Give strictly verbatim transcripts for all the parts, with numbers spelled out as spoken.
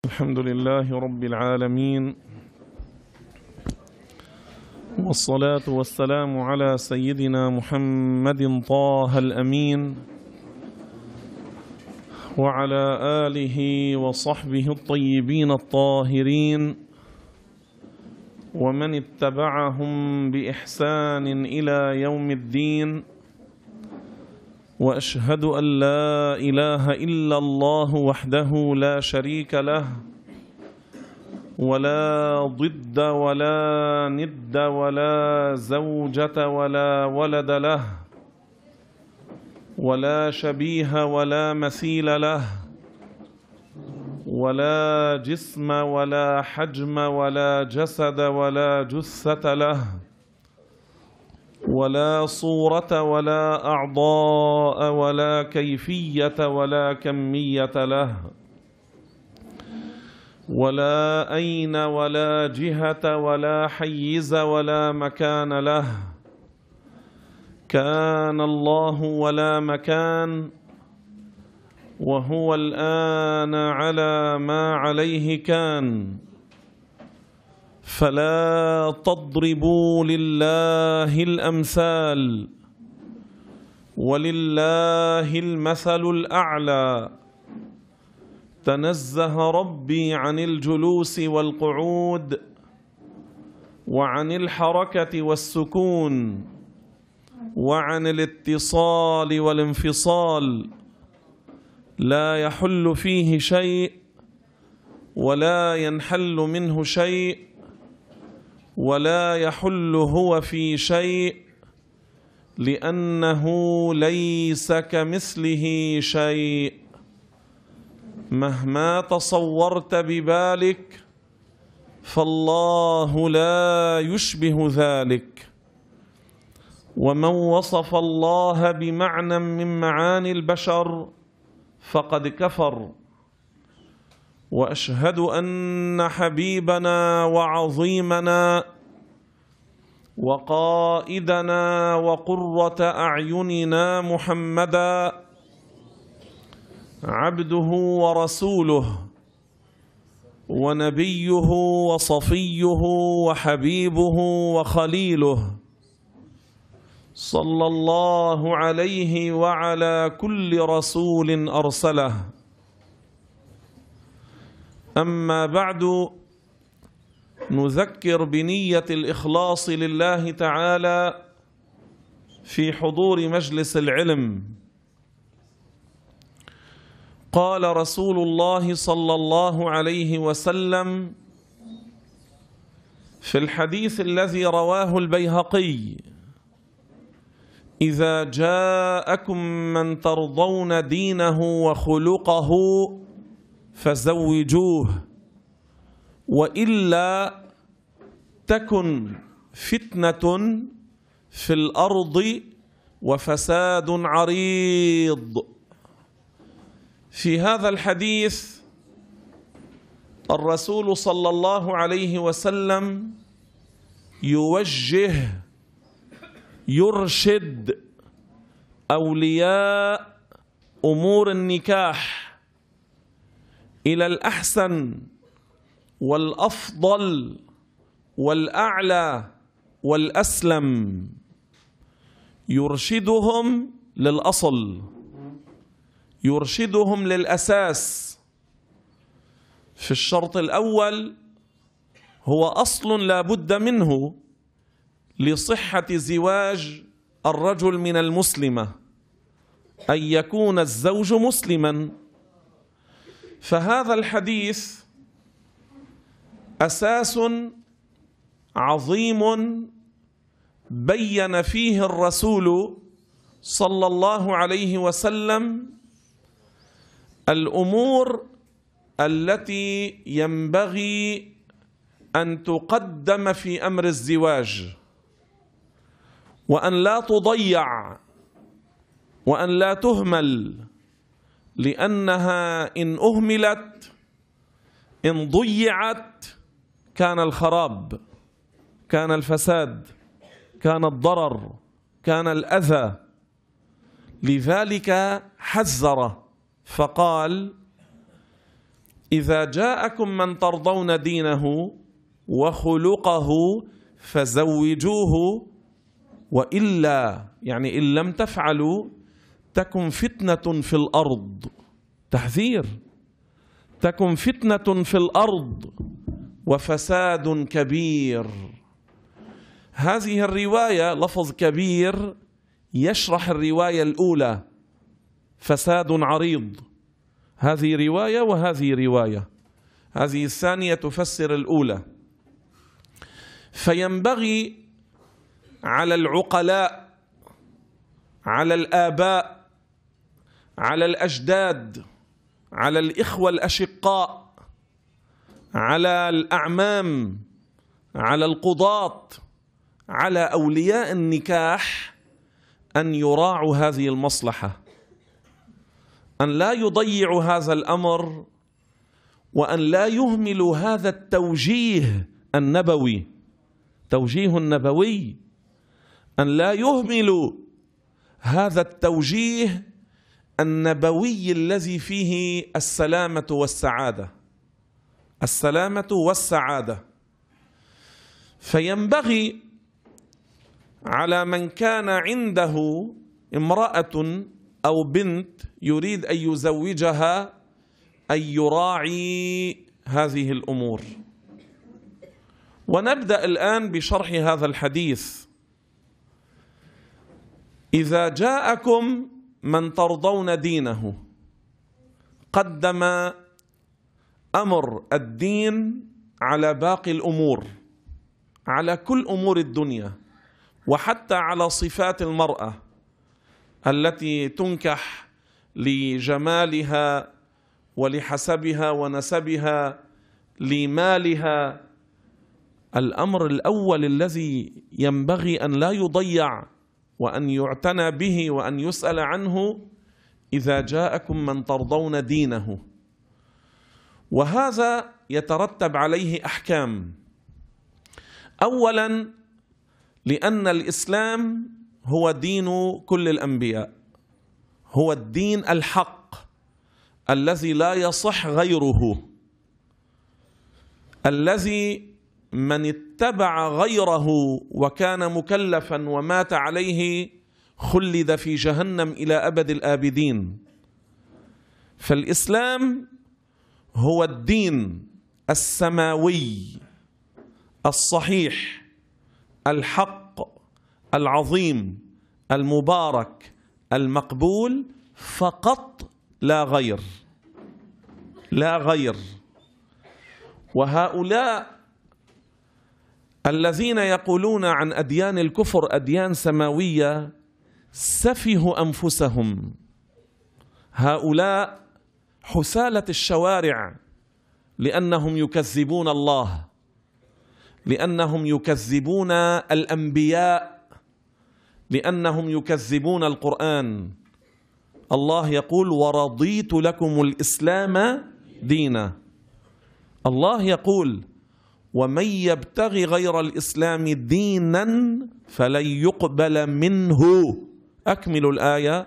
الحمد لله رب العالمين، والصلاة والسلام على سيدنا محمد طه الأمين وعلى آله وصحبه الطيبين الطاهرين ومن اتبعهم بإحسان إلى يوم الدين. وأشهد أن لا إله إلا الله وحده لا شريك له ولا ضد ولا ند ولا زوجة ولا ولد له ولا شبيه ولا مثيل له ولا جسم ولا حجم ولا جسد ولا جثة له ولا صورة ولا أعضاء ولا كيفية ولا كمية له ولا أين ولا جهة ولا حيز ولا مكان له. كان الله ولا مكان، وهو الآن على ما عليه كان. فلا تضربوا لله الأمثال، ولله المثل الأعلى. تنزه ربي عن الجلوس والقعود وعن الحركة والسكون وعن الاتصال والانفصال، لا يحل فيه شيء ولا ينحل منه شيء ولا يحل هو في شيء، لأنه ليس كمثله شيء. مهما تصورت ببالك فالله لا يشبه ذلك. ومن وصف الله بمعنى من معاني البشر فقد كفر. وأشهد أن حبيبنا وعظيمنا وقائدنا وقرة أعيننا محمدا عبده ورسوله ونبيه وصفيه وحبيبه وخليله، صلى الله عليه وعلى كل رسول أرسله. أما بعد، نذكر بنية الإخلاص لله تعالى في حضور مجلس العلم. قال رسول الله صلى الله عليه وسلم في الحديث الذي رواه البيهقي: إذا جاءكم من ترضون دينه وخلقه فزوجوه، وإلا تكن فتنة في الأرض وفساد عريض. في هذا الحديث الرسول صلى الله عليه وسلم يوجه يرشد أولياء أمور النكاح إلى الأحسن والأفضل والأعلى والأسلم، يرشدهم للأصل، يرشدهم للأساس. في الشرط الأول هو أصل لا بد منه لصحة زواج الرجل من المسلمة، أن يكون الزوج مسلما. فهذا الحديث أساس عظيم بين فيه الرسول صلى الله عليه وسلم الأمور التي ينبغي أن تقدم في أمر الزواج، وأن لا تضيع وأن لا تهمل، لأنها إن أهملت إن ضيعت كان الخراب، كان الفساد، كان الضرر، كان الأذى. لذلك حذر فقال: إذا جاءكم من ترضون دينه وخلقه فزوجوه وإلا، يعني إن لم تفعلوا تكن فتنة في الأرض. تحذير، تكن فتنة في الأرض وفساد كبير. هذه الرواية لفظ كبير يشرح الرواية الأولى فساد عريض. هذه رواية وهذه رواية، هذه الثانية تفسر الأولى. فينبغي على العقلاء، على الآباء، على الأجداد، على الإخوة الأشقاء، على الأعمام، على القضاة، على أولياء النكاح أن يراعوا هذه المصلحة، أن لا يضيعوا هذا الأمر، وأن لا يهملوا هذا التوجيه النبوي، توجيه النبوي، أن لا يهملوا هذا التوجيه النبوي الذي فيه السلامة والسعادة، السلامة والسعادة. فينبغي على من كان عنده امرأة أو بنت يريد أن يزوجها أن يراعي هذه الأمور. ونبدأ الآن بشرح هذا الحديث. إذا جاءكم من ترضون دينه، قدم أمر الدين على باقي الأمور، على كل أمور الدنيا، وحتى على صفات المرأة التي تنكح لجمالها ولحسبها ونسبها لمالها. الأمر الأول الذي ينبغي أن لا يضيع وأن يعتنى به وأن يسأل عنه: إذا جاءكم من ترضون دينه. وهذا يترتب عليه أحكام. أولا، لأن الإسلام هو دين كل الأنبياء، هو الدين الحق الذي لا يصح غيره، الذي من اتبع غيره وكان مكلفا ومات عليه خلد في جهنم إلى أبد الآبدين. فالإسلام هو الدين السماوي الصحيح الحق العظيم المبارك المقبول فقط، لا غير، لا غير. وهؤلاء الذين يقولون عن أديان الكفر أديان سماوية سفهوا أنفسهم. هؤلاء حسالة الشوارع، لأنهم يكذبون الله، لأنهم يكذبون الأنبياء، لأنهم يكذبون القرآن. الله يقول: ورضيت لكم الإسلام دينا. الله يقول: ومن يبتغي غير الإسلام دينا فلن يقبل منه. أكملوا الآية.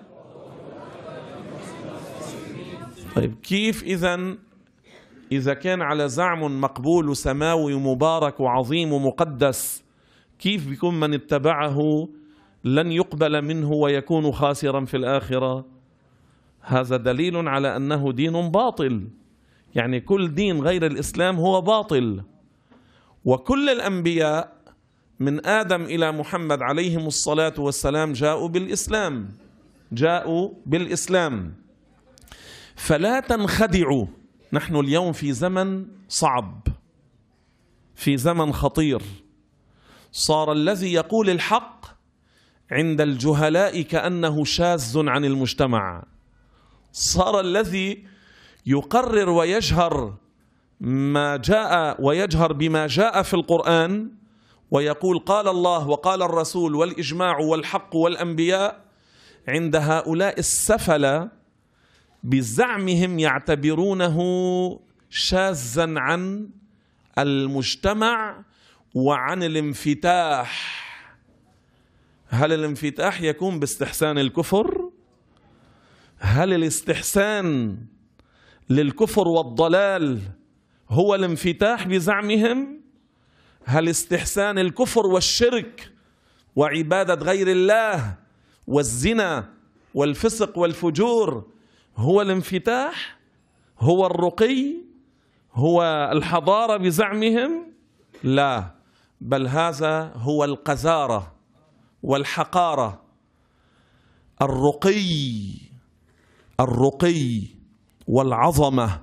طيب، كيف إذن إذا كان على زعم مقبول وسماوي ومبارك وعظيم ومقدس، كيف بيكون من اتبعه لن يقبل منه ويكون خاسرا في الآخرة؟ هذا دليل على أنه دين باطل. يعني كل دين غير الإسلام هو باطل. وكل الأنبياء من آدم إلى محمد عليهم الصلاة والسلام جاءوا بالإسلام، جاءوا بالإسلام. فلا تنخدعوا. نحن اليوم في زمن صعب، في زمن خطير. صار الذي يقول الحق عند الجهلاء كأنه شاذ عن المجتمع. صار الذي يقرر ويجهر ما جاء ويجهر بما جاء في القرآن ويقول قال الله وقال الرسول والإجماع والحق والأنبياء، عند هؤلاء السفلة بزعمهم يعتبرونه شاذا عن المجتمع وعن الانفتاح. هل الانفتاح يكون باستحسان الكفر؟ هل الاستحسان للكفر والضلال هو الانفتاح بزعمهم؟ هل استحسان الكفر والشرك وعبادة غير الله والزنا والفسق والفجور هو الانفتاح؟ هو الرقي؟ هو الحضارة بزعمهم؟ لا، بل هذا هو القذارة والحقارة. الرقي الرقي والعظمة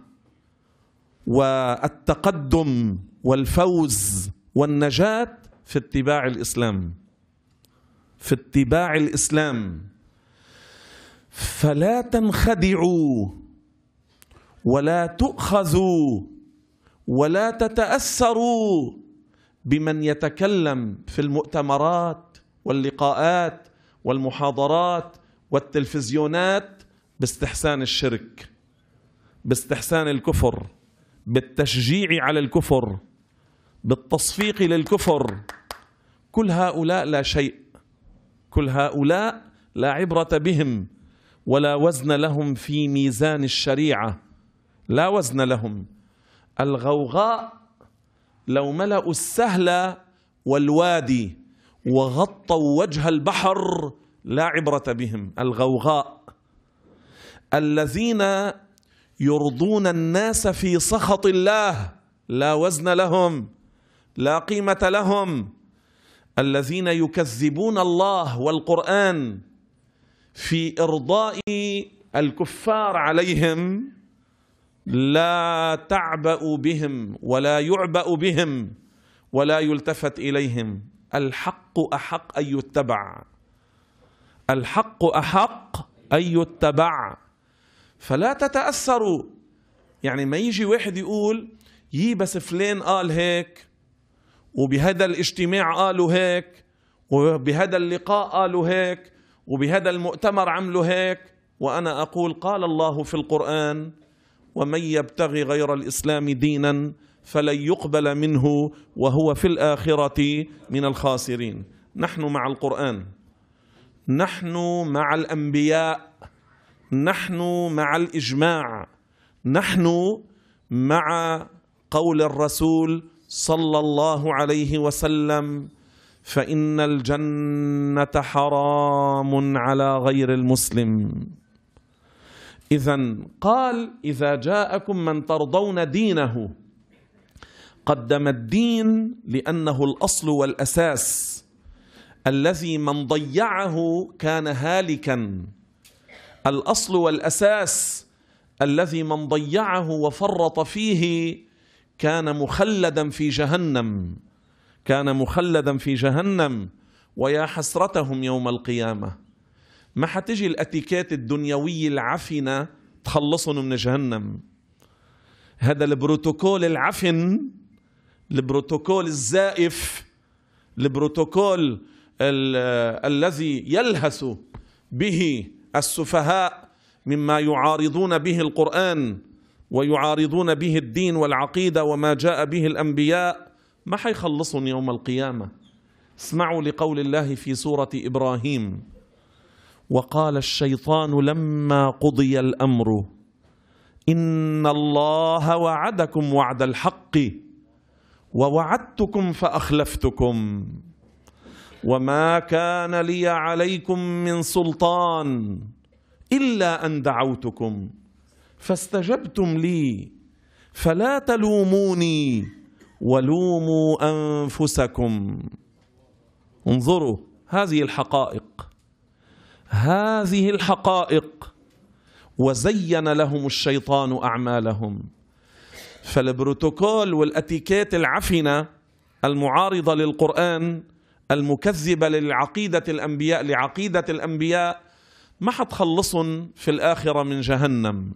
والتقدم والفوز والنجاة في اتباع الإسلام، في اتباع الإسلام. فلا تنخدعوا ولا تؤخذوا ولا تتأثروا بمن يتكلم في المؤتمرات واللقاءات والمحاضرات والتلفزيونات باستحسان الشرك، باستحسان الكفر، بالتشجيع على الكفر، بالتصفيق للكفر. كل هؤلاء لا شيء، كل هؤلاء لا عبرة بهم ولا وزن لهم في ميزان الشريعة، لا وزن لهم. الغوغاء لو ملأوا السهل والوادي وغطوا وجه البحر لا عبرة بهم. الغوغاء الذين يرضون الناس في سخط الله لا وزن لهم، لا قيمة لهم. الذين يكذبون الله والقرآن في إرضاء الكفار عليهم لا تعبأ بهم ولا يعبأ بهم ولا يلتفت إليهم. الحق أحق أن يتبع، الحق أحق أن يتبع. فلا تتأثروا. يعني ما يجي واحد يقول يي بس فلان قال هيك، وبهذا الاجتماع قالوا هيك، وبهذا اللقاء قالوا هيك، وبهذا المؤتمر عملوا هيك، وأنا أقول قال الله في القرآن: ومن يبتغي غير الإسلام دينا فلن يقبل منه وهو في الآخرة من الخاسرين. نحن مع القرآن، نحن مع الأنبياء، نحن مع الإجماع، نحن مع قول الرسول صلى الله عليه وسلم: فإن الجنة حرام على غير المسلم. إذن قال: إذا جاءكم من ترضون دينه. قدم الدين لأنه الأصل والأساس الذي من ضيعه كان هالكا. الأصل والأساس الذي من ضيعه وفرط فيه كان مخلدا في جهنم، كان مخلدا في جهنم. ويا حسرتهم يوم القيامة، ما حتجي الاتيكيت الدنيوية العفنة تخلصهم من جهنم. هذا البروتوكول العفن، البروتوكول الزائف، البروتوكول الذي يلهث به السفهاء مما يعارضون به القرآن ويعارضون به الدين والعقيدة وما جاء به الأنبياء، ما حيخلصهم يوم القيامة. اسمعوا لقول الله في سورة إبراهيم: وقال الشيطان لما قضي الأمر إن الله وعدكم وعد الحق ووعدتكم فأخلفتكم وما كان لي عليكم من سلطان إلا أن دعوتكم فاستجبتم لي فلا تلوموني ولوموا أنفسكم. انظروا هذه الحقائق، هذه الحقائق. وزين لهم الشيطان أعمالهم. فالبروتوكول والأتيكيت العفنة المعارضة للقرآن المكذبة للعقيدة الأنبياء لعقيدة الأنبياء ما حتخلصن في الآخرة من جهنم.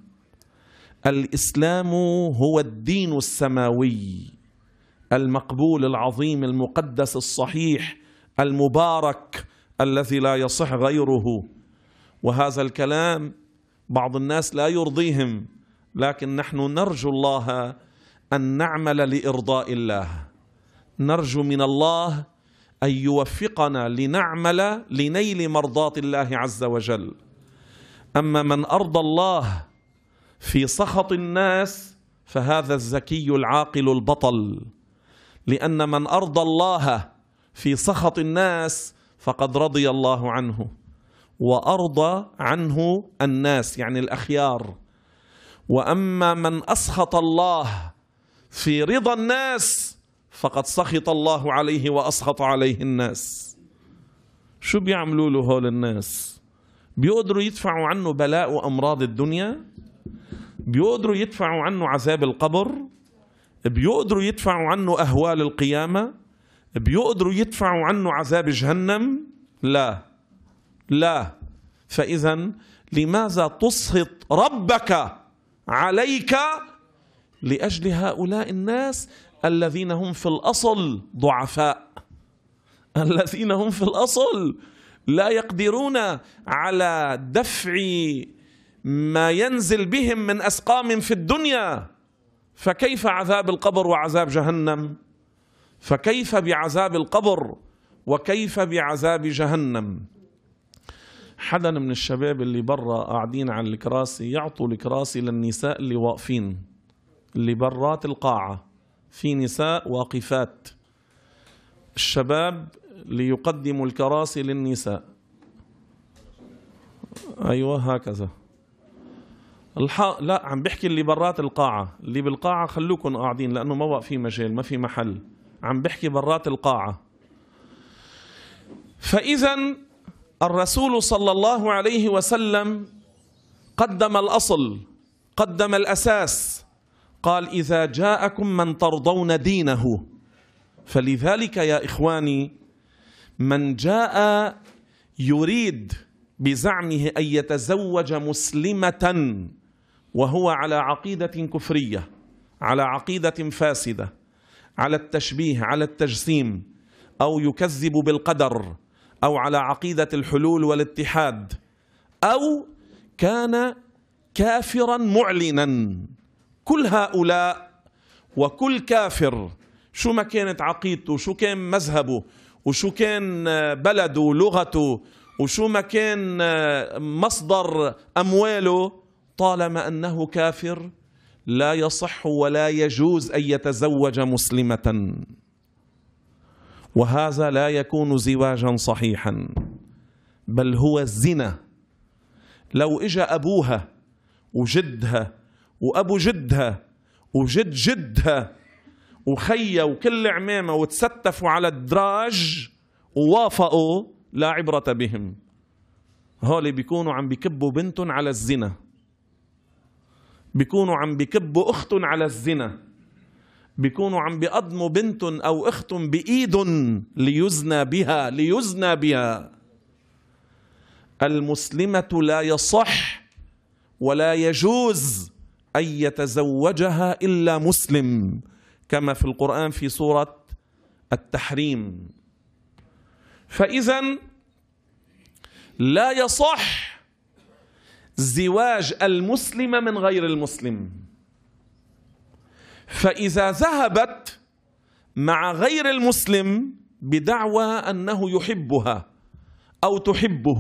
الإسلام هو الدين السماوي المقبول العظيم المقدس الصحيح المبارك الذي لا يصح غيره. وهذا الكلام بعض الناس لا يرضيهم، لكن نحن نرجو الله أن نعمل لإرضاء الله، نرجو من الله أن يوفقنا لنعمل لنيل مرضاة الله عز وجل. أما من أرضى الله في سخط الناس فهذا الذكي العاقل البطل، لأن من أرضى الله في سخط الناس فقد رضي الله عنه، وأرضى عنه الناس يعني الأخيار. وأما من أسخط الله في رضا الناس فقد سخط الله عليه وأسخط عليه الناس. شو بيعملوا له هول الناس؟ بيقدروا يدفعوا عنه بلاء وأمراض الدنيا؟ بيقدروا يدفعوا عنه عذاب القبر؟ بيقدروا يدفعوا عنه أهوال القيامة؟ بيقدروا يدفعوا عنه عذاب جهنم؟ لا لا. فإذا لماذا تسخط ربك عليك لأجل هؤلاء الناس الذين هم في الأصل ضعفاء، الذين هم في الأصل لا يقدرون على دفع ما ينزل بهم من أسقام في الدنيا، فكيف عذاب القبر وعذاب جهنم؟ فكيف بعذاب القبر وكيف بعذاب جهنم؟ حدا من الشباب اللي برا قاعدين على الكراسي يعطوا الكراسي للنساء اللي واقفين، اللي برات القاعة في نساء واقفات، الشباب ليقدموا الكراسي للنساء. أيوة هكذا. الح... لا عم بحكي اللي برات القاعة، اللي بالقاعة خلوكم قاعدين لأنه ما بقى في مجال، ما في محل. عم بحكي برات القاعة. فإذا الرسول صلى الله عليه وسلم قدم الأصل، قدم الأساس، قال إذا جاءكم من ترضون دينه. فلذلك يا إخواني من جاء يريد بزعمه أن يتزوج مسلمة وهو على عقيدة كفرية، على عقيدة فاسدة، على التشبيه، على التجسيم، أو يكذب بالقدر، أو على عقيدة الحلول والاتحاد، أو كان كافرا معلنا، كل هؤلاء وكل كافر شو ما كانت عقيدته، شو كان مذهبه، وشو كان بلده ولغته، وشو ما كان مصدر أمواله، طالما أنه كافر لا يصح ولا يجوز أن يتزوج مسلمة، وهذا لا يكون زواجا صحيحا، بل هو الزنا. لو إجا أبوها وجدها وأبو جدها وجد جدها وخيا وكل عمامة وتستفوا على الدراج ووافقوا لا عبرة بهم، هولي بيكونوا عم بيكبوا بنت على الزنا، بيكونوا عم بيكبوا أخت على الزنا، بيكونوا عم بيقدموا بنت أو أخت بإيد ليزنى بها ليزنى بها. المسلمة لا يصح ولا يجوز أن يتزوجها إلا مسلم، كما في القرآن في سورة التحريم. فإذا لا يصح زواج المسلم من غير المسلم. فإذا ذهبت مع غير المسلم بدعوى أنه يحبها أو تحبه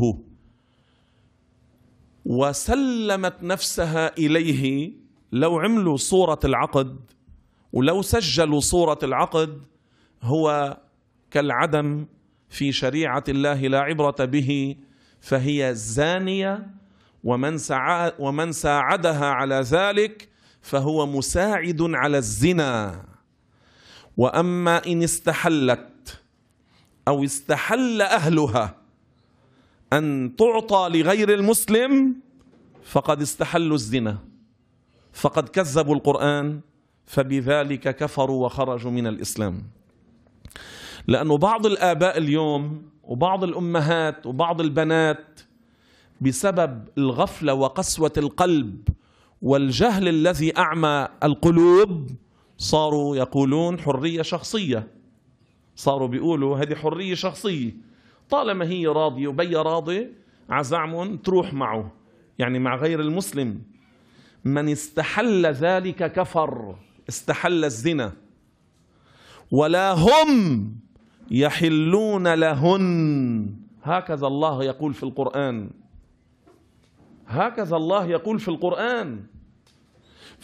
وسلمت نفسها إليه، لو عملوا صورة العقد ولو سجلوا صورة العقد هو كالعدم في شريعة الله لا عبرة به، فهي زانية، ومن ساعد ومن ساعدها على ذلك فهو مساعد على الزنا. وأما إن استحلت أو استحل أهلها أن تعطى لغير المسلم فقد استحلوا الزنا، فقد كذبوا القرآن، فبذلك كفروا وخرجوا من الإسلام. لأنه بعض الآباء اليوم وبعض الأمهات وبعض البنات بسبب الغفلة وقسوة القلب والجهل الذي أعمى القلوب صاروا يقولون حرية شخصية، صاروا بيقولوا هذه حرية شخصية، طالما هي راضية وبي راضي عزعم تروح معه، يعني مع غير المسلم. من استحل ذلك كفر، استحل الزنا، ولا هم يحلون لهن، هكذا الله يقول في القرآن، هكذا الله يقول في القرآن.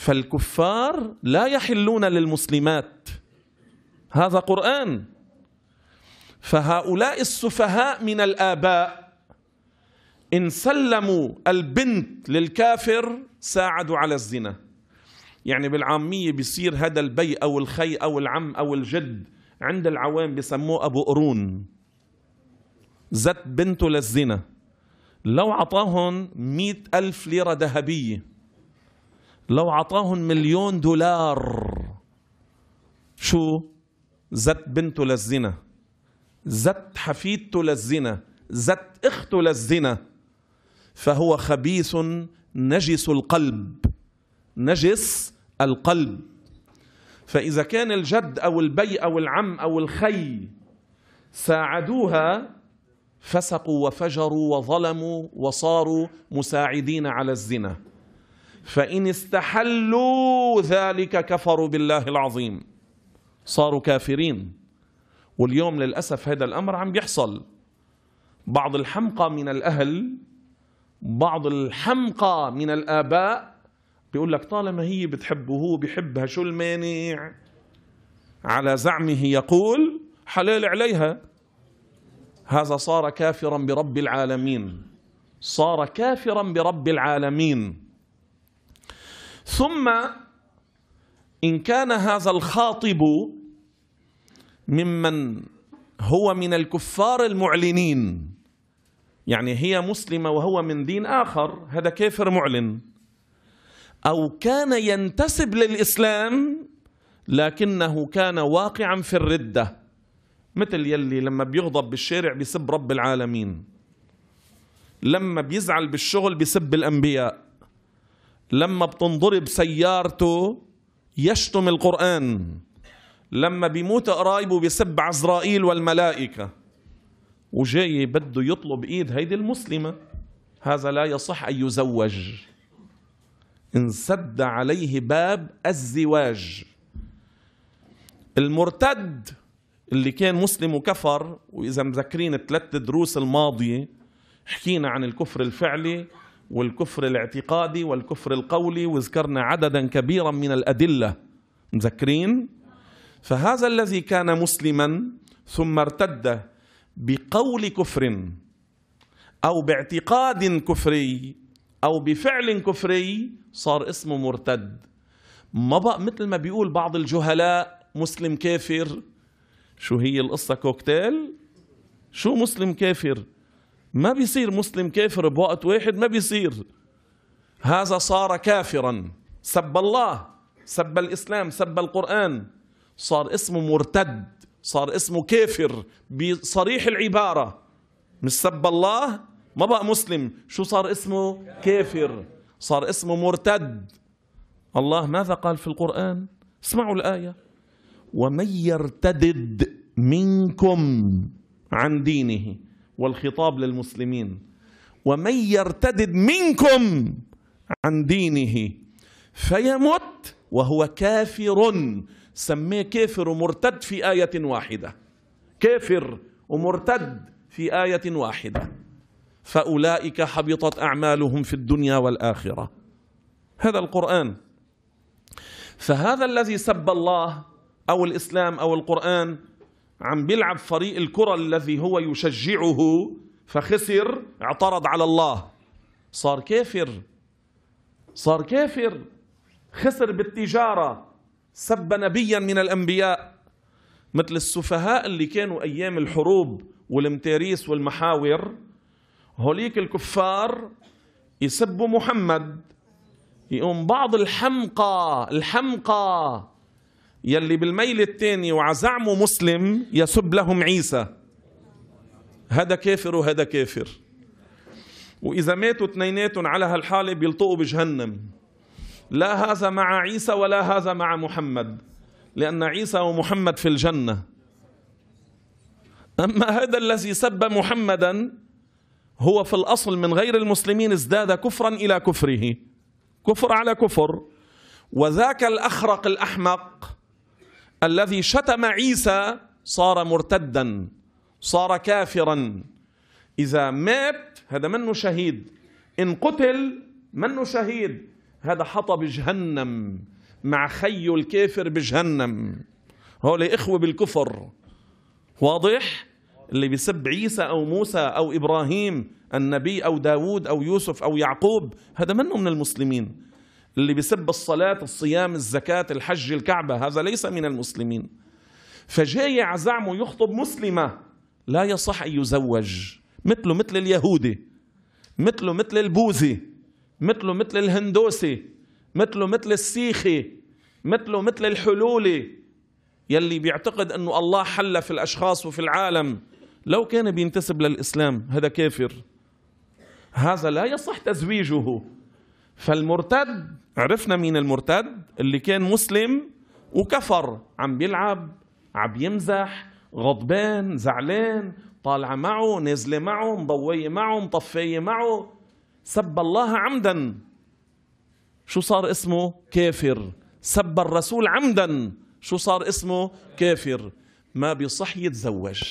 فالكفار لا يحلون للمسلمات، هذا قرآن. فهؤلاء السفهاء من الآباء إن سلموا البنت للكافر ساعدوا على الزنا. يعني بالعامية بيصير هذا البي أو الخي أو العم أو الجد عند العوام بيسموه أبو قرون، زت بنته للزنا، لو عطاهم مئة ألف ليرة ذهبية، لو عطاهم مليون دولار، شو؟ زت بنته للزنا، زت حفيدته للزنا، زت اخته للزنا، فهو خبيث نجس القلب، نجس القلب. فإذا كان الجد أو البي أو العم أو الخي ساعدوها فسقوا وفجروا وظلموا وصاروا مساعدين على الزنا، فإن استحلوا ذلك كفروا بالله العظيم، صاروا كافرين. واليوم للأسف هذا الأمر عم بيحصل. بعض الحمقى من الأهل، بعض الحمقى من الآباء بيقول لك طالما هي بتحبه وهو بيحبها شو المانع؟ على زعمه يقول حلال عليها. هذا صار كافرا برب العالمين، صار كافرا برب العالمين. ثم إن كان هذا الخاطب ممن هو من الكفار المعلنين، يعني هي مسلمة وهو من دين آخر، هذا كافر معلن، أو كان ينتسب للإسلام لكنه كان واقعا في الردة، مثل يلي لما بيغضب بالشارع بيسب رب العالمين، لما بيزعل بالشغل بيسب الأنبياء، لما بتنضرب سيارته يشتم القرآن، لما بيموت قرايبه بيسب عزرائيل والملائكة، وجاي بده يطلب إيد هيدي المسلمة، هذا لا يصح أن يزوج، انسد عليه باب الزواج. المرتد اللي كان مسلم وكفر، وإذا مذكرين الثلاث دروس الماضية حكينا عن الكفر الفعلي والكفر الاعتقادي والكفر القولي، وذكرنا عددا كبيرا من الأدلة، مذكرين؟ فهذا الذي كان مسلما ثم ارتد بقول كفر أو باعتقاد كفري أو بفعل كفري صار اسمه مرتد. ما بقى مثل ما بيقول بعض الجهلاء مسلم كافر. شو هي القصة كوكتيل؟ شو مسلم كافر؟ ما بيصير مسلم كافر بوقت واحد، ما بيصير. هذا صار كافرا، سب الله، سب الإسلام، سب القرآن، صار اسمه مرتد، صار اسمه كافر بصريح العبارة، مش سب الله ما بقى مسلم، شو صار اسمه؟ كافر، صار اسمه مرتد. الله ماذا قال في القرآن؟ اسمعوا الآية: ومن يرتدد منكم عن دينه، والخطاب للمسلمين، ومن يرتدد منكم عن دينه فيمت وهو كافر، سميه كافر ومرتد في آية واحدة، كافر ومرتد في آية واحدة، فأولئك حبطت أعمالهم في الدنيا والآخرة. هذا القرآن. فهذا الذي سب الله أو الإسلام أو القرآن عم بيلعب فريق الكرة الذي هو يشجعه، فخسر، اعترض على الله، صار كافر، صار كافر، خسر بالتجارة، سب نبيا من الأنبياء. مثل السفهاء اللي كانوا أيام الحروب والمتاريس والمحاور، هوليك الكفار يسبوا محمد، يقوم بعض الحمقى الحمقى يلي بالميل الثاني وعزعمه مسلم يسب لهم عيسى، هذا كافر وهذا كافر، وإذا ماتوا اثنيناتهم على هالحالة بيلطقوا بجهنم، لا هذا مع عيسى ولا هذا مع محمد، لأن عيسى ومحمد في الجنة. أما هذا الذي سب محمدا هو في الأصل من غير المسلمين، ازداد كفرا إلى كفره، كفر على كفر. وذاك الأخرق الأحمق الذي شتم عيسى صار مرتدا، صار كافرا. إذا مات هذا منه شهيد، إن قتل منه شهيد، هذا حطب بجهنم مع خيه الكافر بجهنم. هؤلاء إخوة بالكفر. واضح؟ اللي بيسب عيسى أو موسى أو إبراهيم النبي أو داود أو يوسف أو يعقوب، هذا منه من المسلمين. اللي بيسب الصلاة الصيام الزكاة الحج الكعبة، هذا ليس من المسلمين. فجاي على زعمه يخطب مسلمة، لا يصح أن يزوج. مثله مثل اليهودي، مثله مثل البوذي، مثله مثل الهندوسي، مثله مثل السيخي، مثله مثل الحلولي يلي بيعتقد أنه الله حل في الأشخاص وفي العالم. لو كان بينتسب للإسلام هذا كافر، هذا لا يصح تزويجه. فالمرتد عرفنا مين المرتد؟ اللي كان مسلم وكفر، عم بيلعب، عم يمزح، غضبان، زعلان، طالعة معه، نازلة معه، مضوية معه، مطفية معه، سب الله عمدا، شو صار اسمه؟ كافر. سب الرسول عمدا، شو صار اسمه؟ كافر. ما بيصح يتزوج.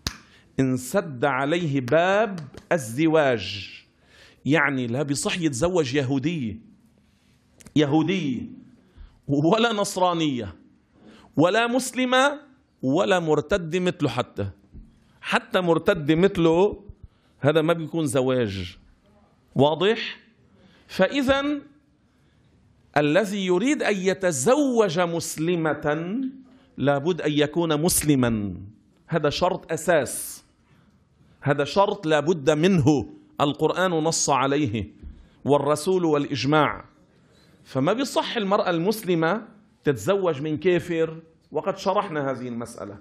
انسد عليه باب الزواج، يعني لا بيصح يتزوج يهودية يهودية ولا نصرانية ولا مسلمة ولا مرتد مثله. حتى حتى مرتد مثله هذا ما بيكون زواج. واضح؟ فإذا الذي يريد أن يتزوج مسلمة لابد أن يكون مسلما. هذا شرط أساس، هذا شرط لابد منه. القرآن نص عليه والرسول والإجماع. فما بيصح المرأة المسلمة تتزوج من كافر، وقد شرحنا هذه المسألة.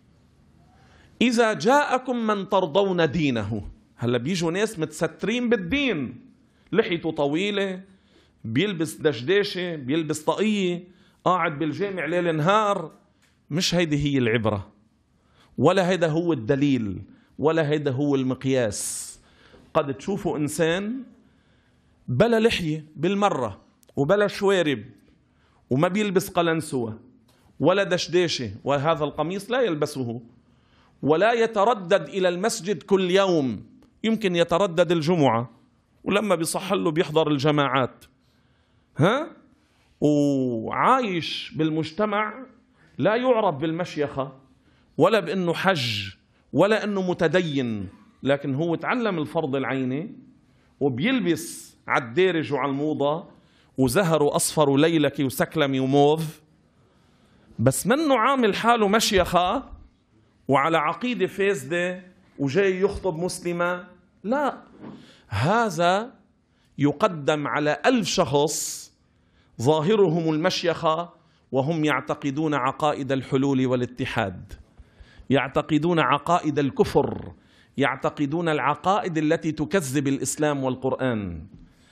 إذا جاءكم من ترضون دينه، هلا بيجوا ناس متسترين بالدين، لحيته طويلة، بيلبس دشداشة، بيلبس طاقية، قاعد بالجامع ليل نهار. مش هيدي هي العبرة، ولا هيدا هو الدليل، ولا هيدا هو المقياس. قد تشوفوا إنسان بلا لحية بالمرة وبلا شوارب وما بيلبس قلنسوة ولا دشداشة، وهذا القميص لا يلبسه، ولا يتردد إلى المسجد كل يوم، يمكن يتردد الجمعة، ولما بيصح له بيحضر الجماعات، ها، وعايش بالمجتمع، لا يعرف بالمشيخة ولا بأنه حج ولا أنه متدين، لكن هو تعلم الفرض العيني وبيلبس على الدارج وعلى الموضة وزهر وأصفر وليلكي وسكلمي وموف، بس منه عامل حاله مشيخة وعلى عقيدة فاسدة وجاي يخطب مسلمة. لا، هذا يقدم على ألف شخص ظاهرهم المشيخة وهم يعتقدون عقائد الحلول والاتحاد، يعتقدون عقائد الكفر، يعتقدون العقائد التي تكذب الإسلام والقرآن.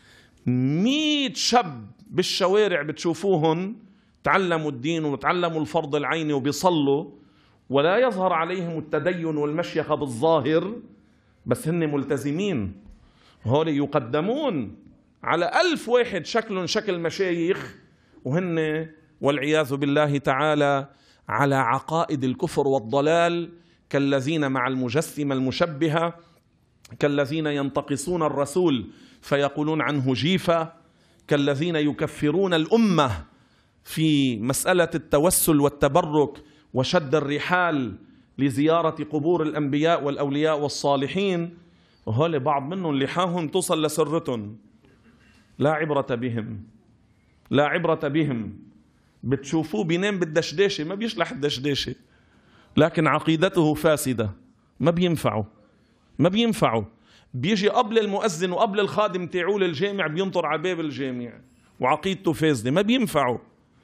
مئة شاب بالشوارع بتشوفوهم تعلموا الدين وتعلموا الفرض العيني وبيصلوا، ولا يظهر عليهم التدين والمشيخة بالظاهر، بس هن ملتزمين. هؤلاء يقدمون على ألف واحد شكلهم شكل مشايخ، وهن والعياذ بالله تعالى على عقائد الكفر والضلال، كالذين مع المجسمة المشبهة، كالذين ينتقصون الرسول فيقولون عنه جيفة، كالذين يكفرون الأمة في مسألة التوسل والتبرك وشد الرحال لزيارة قبور الأنبياء والأولياء والصالحين. وهول بعض منهم لحاهم توصل لسرتهم. لا عبرة بهم، لا عبرة بهم. بتشوفوه بينام بالدشداشة، ما بيشلح الدشداشة، لكن عقيدته فاسدة، ما بينفعوا ما بينفعوا. بيجي قبل المؤذن وقبل الخادم تاعوه للجامع بينطر على باب الجامع وعقيدته فاسدة، ما بينفعوا.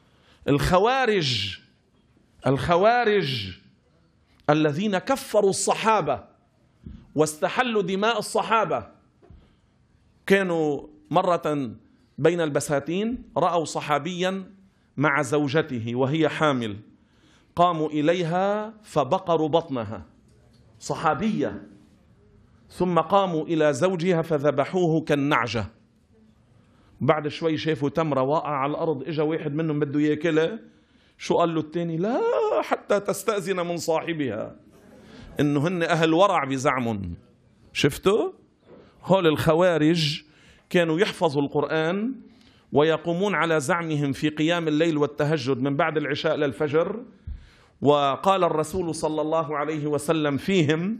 الخوارج الخوارج الذين كفروا الصحابة واستحلوا دماء الصحابة، كانوا مرة بين البساتين رأوا صحابيا مع زوجته وهي حامل، قاموا إليها فبقروا بطنها، صحابية، ثم قاموا إلى زوجها فذبحوه كالنعجة. بعد شوي شافوا تمرة واقعة على الأرض، إجا واحد منهم بده ياكلها، شو قال له الثاني؟ لا حتى تستأذن من صاحبها. إنه هن أهل ورع بزعمهم. شفتوا؟ هول الخوارج كانوا يحفظوا القرآن ويقومون على زعمهم في قيام الليل والتهجد من بعد العشاء للفجر. وقال الرسول صلى الله عليه وسلم فيهم: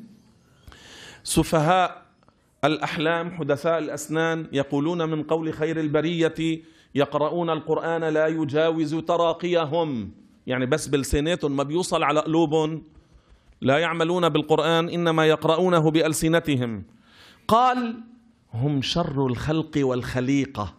سفهاء الأحلام حدثاء الأسنان يقولون من قول خير البرية يقرؤون القرآن لا يجاوز تراقيهم، يعني بس بلسانتهم ما بيوصل على قلوبهم، لا يعملون بالقرآن إنما يقرؤونه بألسنتهم. قال: هم شر الخلق والخليقة،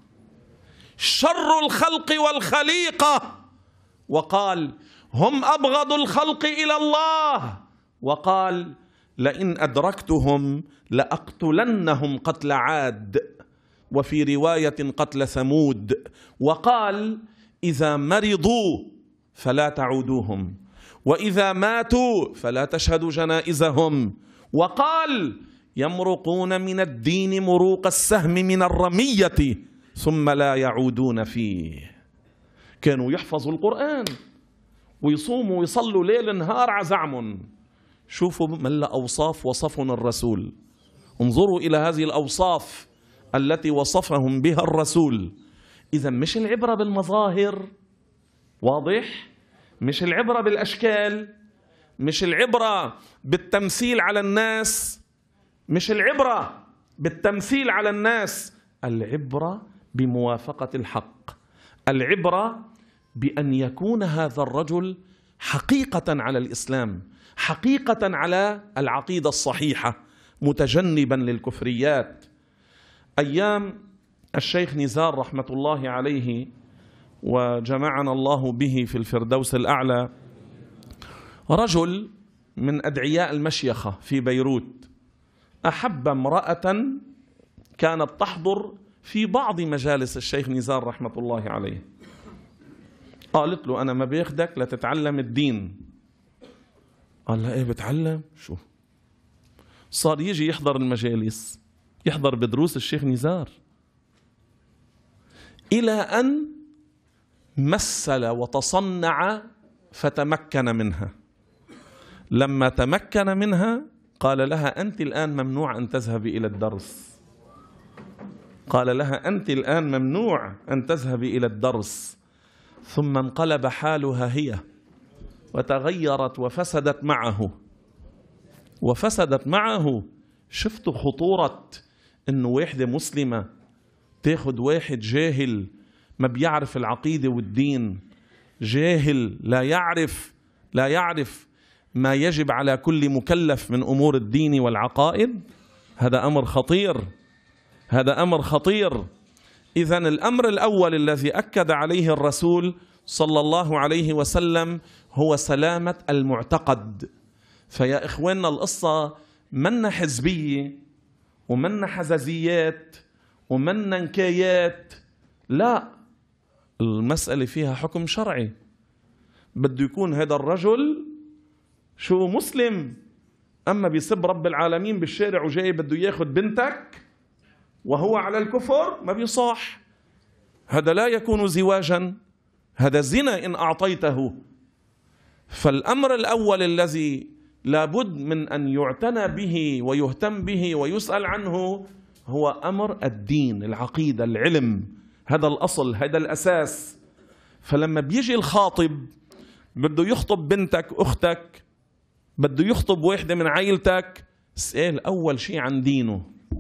شر الخلق والخليقة. وقال: هم أبغض الخلق إلى الله. وقال: لئن أدركتهم لأقتلنهم قتل عاد، وفي رواية قتل ثمود. وقال: إذا مرضوا فلا تعودوهم، وإذا ماتوا فلا تشهدوا جنائزهم. وقال: يمرقون من الدين مروق السهم من الرمية ثم لا يعودون فيه. كانوا يحفظوا القرآن ويصوموا ويصلوا ليل نهار على زعم. شوفوا من أوصاف وصفهم الرسول، انظروا إلى هذه الأوصاف التي وصفهم بها الرسول. إذا مش العبرة بالمظاهر، واضح؟ مش العبرة بالأشكال، مش العبرة بالتمثيل على الناس، مش العبرة بالتمثيل على الناس، العبرة بموافقة الحق، العبرة بأن يكون هذا الرجل حقيقة على الإسلام، حقيقة على العقيدة الصحيحة، متجنبا للكفريات. أيام الشيخ نزار رحمة الله عليه وجمعنا الله به في الفردوس الأعلى، رجل من أدعياء المشيخة في بيروت أحب امرأة كانت تحضر في بعض مجالس الشيخ نزار رحمة الله عليه. قالت له: أنا ما بياخدك لتتعلم الدين. قال لها: إيه بتعلم؟ شو؟ صار يجي يحضر المجالس، يحضر بدروس الشيخ نزار، إلى أن مثل وتصنع فتمكن منها. لما تمكن منها قال لها: أنت الآن ممنوع أن تذهبي إلى الدرس. قال لها: أنت الآن ممنوع أن تذهبي إلى الدرس. ثم انقلب حالها هي وتغيرت وفسدت معه، وفسدت معه. شفتوا خطورة إنه واحدة مسلمة تاخد واحد جاهل ما بيعرف العقيدة والدين، جاهل لا يعرف لا يعرف ما يجب على كل مكلف من أمور الدين والعقائد؟ هذا أمر خطير، هذا أمر خطير. إذن الأمر الأول الذي أكد عليه الرسول صلى الله عليه وسلم هو سلامة المعتقد. فيا إخواننا، القصة منا حزبية ومنا حزازيات ومنا نكايات، لا، المسألة فيها حكم شرعي. بده يكون هذا الرجل شو مسلم، أما بيسب رب العالمين بالشارع وجاي بده ياخد بنتك وهو على الكفر، ما بيصح. هذا لا يكون زواجا، هذا زنا إن أعطيته. فالأمر الأول الذي لابد من أن يعتنى به ويهتم به ويسأل عنه هو أمر الدين، العقيدة، العلم. هذا الأصل، هذا الأساس. فلما بيجي الخاطب بده يخطب بنتك أختك، بده يخطب واحدة من عائلتك، اسأل أول شيء عن دينه.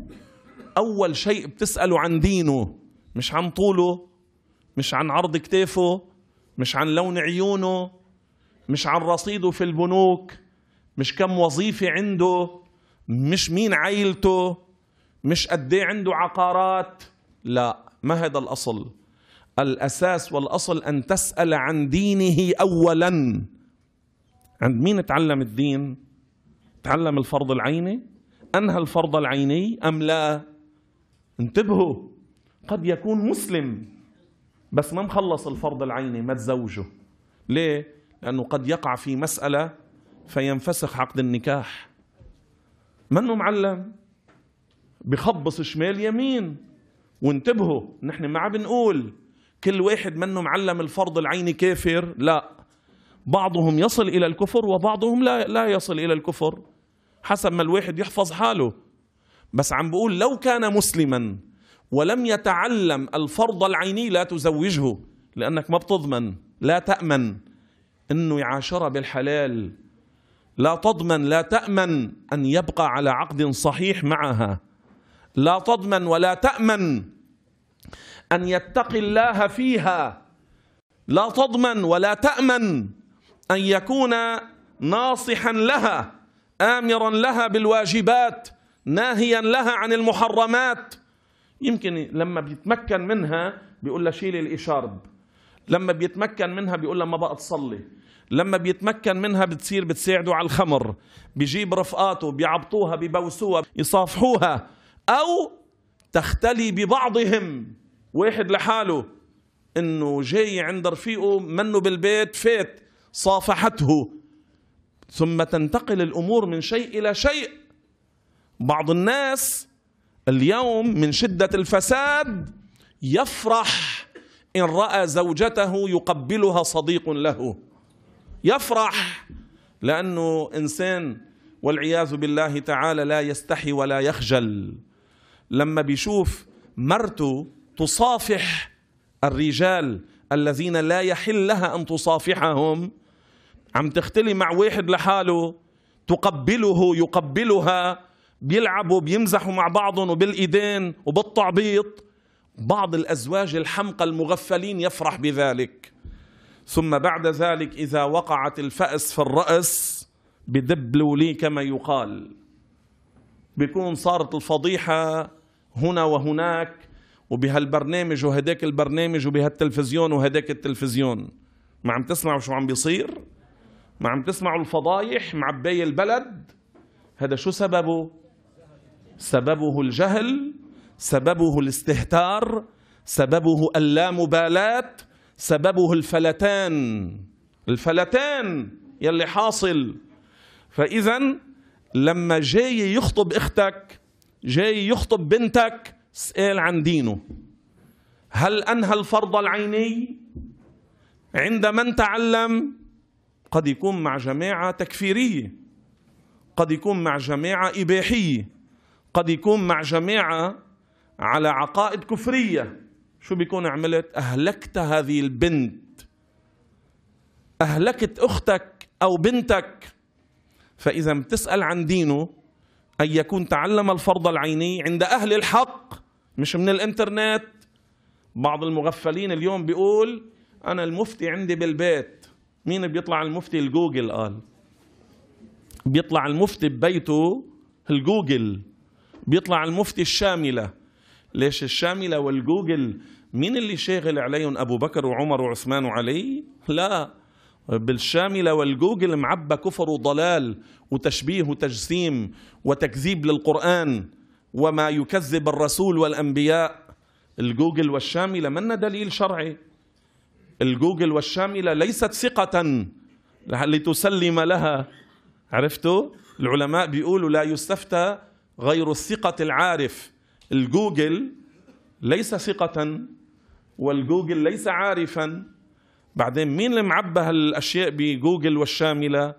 أول شيء بتسأله عن دينه، مش عن طوله، مش عن عرض كتافه، مش عن لون عيونه، مش عن رصيده في البنوك، مش كم وظيفة عنده، مش مين عائلته، مش قد ايه عنده عقارات. لا، ما هذا الأصل. الأساس والأصل أن تسأل عن دينه أولا. عند مين تعلم الدين؟ تعلم الفرض العيني؟ أنهى الفرض العيني أم لا؟ انتبهوا، قد يكون مسلم بس ما مخلص الفرض العيني، ما تزوجه. ليه؟ لأنه قد يقع في مسألة فينفسخ عقد النكاح، منه معلم، بخبص شمال يمين. وانتبهوا، نحن ما عم بنقول كل واحد منه معلم الفرض العيني كافر، لا، بعضهم يصل إلى الكفر وبعضهم لا لا يصل إلى الكفر، حسب ما الواحد يحفظ حاله. بس عم بقول لو كان مسلما ولم يتعلم الفرض العيني لا تزوجه، لأنك ما بتضمن، لا تأمن أنه يعاشر بالحلال، لا تضمن لا تأمن أن يبقى على عقد صحيح معها، لا تضمن ولا تأمن أن يتقي الله فيها، لا تضمن ولا تأمن أن يكون ناصحا لها، آمرا لها بالواجبات، ناهيا لها عن المحرمات. يمكن لما بيتمكن منها بيقول لها شيلي الإشارب، لما بيتمكن منها بيقول لها ما بقى تصلي، لما بيتمكن منها بتصير بتساعده على الخمر، بيجيب رفقاته بيعبطوها بيبوسوها يصافحوها، أو تختلي ببعضهم، واحد لحاله إنه جاي عند رفيقه منه بالبيت فات صافحته، ثم تنتقل الأمور من شيء إلى شيء. بعض الناس اليوم من شدة الفساد يفرح إن رأى زوجته يقبلها صديق له، يفرح لأنه إنسان والعياذ بالله تعالى لا يستحي ولا يخجل. لما بيشوف مرته تصافح الرجال الذين لا يحل لها أن تصافحهم، عم تختلي مع واحد لحاله تقبله يقبلها، بيلعبوا بيمزحوا مع بعضهم وبالإيدين وبالتعبيط، بعض الأزواج الحمقى المغفلين يفرح بذلك. ثم بعد ذلك إذا وقعت الفأس في الرأس بدب لولي كما يقال، بيكون صارت الفضيحة هنا وهناك، وبهالبرنامج وهداك البرنامج وبهالتلفزيون وهداك التلفزيون. ما عم تسمعوا شو عم بيصير؟ ما عم تسمعوا الفضايح معباية البلد؟ هذا شو سببه؟ سببه الجهل، سببه الاستهتار، سببه اللامبالاة، سببه الفلتان، الفلتان يلي حاصل. فإذا لما جاي يخطب اختك، جاي يخطب بنتك، اسأل عن دينه. هل أنهى الفرض العيني؟ عند من تعلم قد يكون مع جماعة تكفيرية، قد يكون مع جماعة إباحية، قد يكون مع جماعة على عقائد كفرية. شو بيكون عملت؟ أهلكت هذه البنت، أهلكت أختك أو بنتك. فإذا بتسأل عن دينه أن يكون تعلم الفرض العيني عند أهل الحق، مش من الإنترنت. بعض المغفلين اليوم بيقول أنا المفتي عندي بالبيت. مين بيطلع المفتي؟ الجوجل. قال بيطلع المفتي ببيته الجوجل، بيطلع المفتي الشاملة. ليش الشاملة والجوجل؟ مين اللي شاغل عليهم؟ أبو بكر وعمر وعثمان وعلي؟ لا، بالشاملة والجوجل معبى كفر وضلال وتشبيه وتجسيم وتكذيب للقرآن وما يكذب الرسول والأنبياء. الجوجل والشاملة منا دليل شرعي. الجوجل والشاملة ليست ثقة لتسلم لها. عرفتوا؟ العلماء بيقولوا لا يستفتى غير الثقة العارف. الجوجل ليس ثقة والجوجل ليس عارفا. بعدين مين اللي معبى هالأشياء بجوجل والشاملة؟